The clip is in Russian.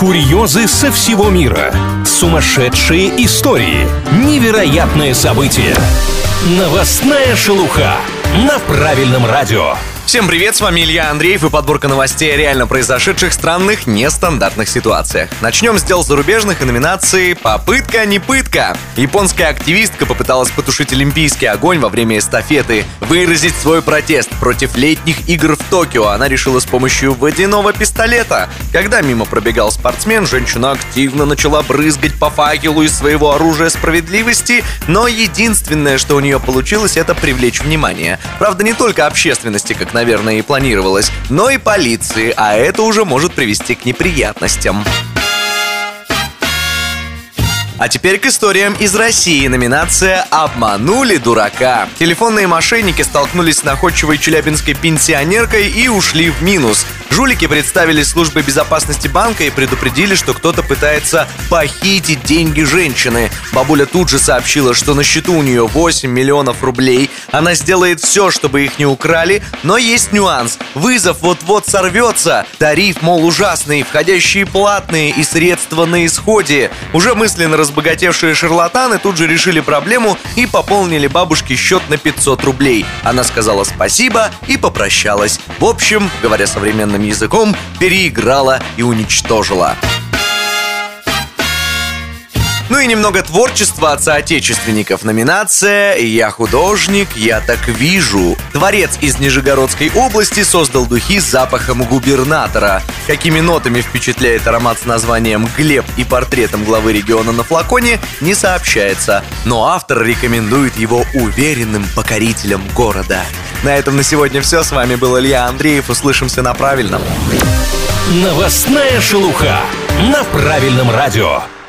Курьезы со всего мира. Сумасшедшие истории. Невероятные события. Новостная шелуха на правильном радио. Всем привет, с вами Илья Андреев и подборка новостей о реально произошедших странных, нестандартных ситуациях. Начнем с дел зарубежных и номинации «Попытка, не пытка». Японская активистка попыталась потушить олимпийский огонь во время эстафеты. Выразить свой протест против летних игр в Токио она решила с помощью водяного пистолета. Когда мимо пробегал спортсмен, женщина активно начала брызгать по факелу из своего оружия справедливости, но единственное, что у нее получилось, это привлечь внимание. Правда, не только общественности, как, наверное, и планировалось, но и полиции, а это уже может привести к неприятностям. А теперь к историям из России. Номинация «Обманули дурака». Телефонные мошенники столкнулись с находчивой челябинской пенсионеркой и ушли в минус. Жулики представились службой безопасности банка и предупредили, что кто-то пытается похитить деньги женщины. Бабуля тут же сообщила, что на счету у нее 8 миллионов рублей. Она сделает все, чтобы их не украли, но есть нюанс. Вызов вот-вот сорвется. Тариф, мол, ужасный, входящие платные и средства на исходе. Уже мысленно разбогатевшие шарлатаны тут же решили проблему и пополнили бабушке счет на 500 рублей. Она сказала спасибо и попрощалась. В общем, говоря современным языком, переиграла и уничтожила. Ну и немного творчества от соотечественников. Номинация «Я художник, я так вижу». Творец из Нижегородской области создал духи с запахом губернатора. Какими нотами впечатляет аромат с названием «Глеб» и портретом главы региона на флаконе, не сообщается. Но автор рекомендует его уверенным покорителям города. На этом на сегодня все. С вами был Илья Андреев. Услышимся на правильном. Новостная шелуха на правильном радио.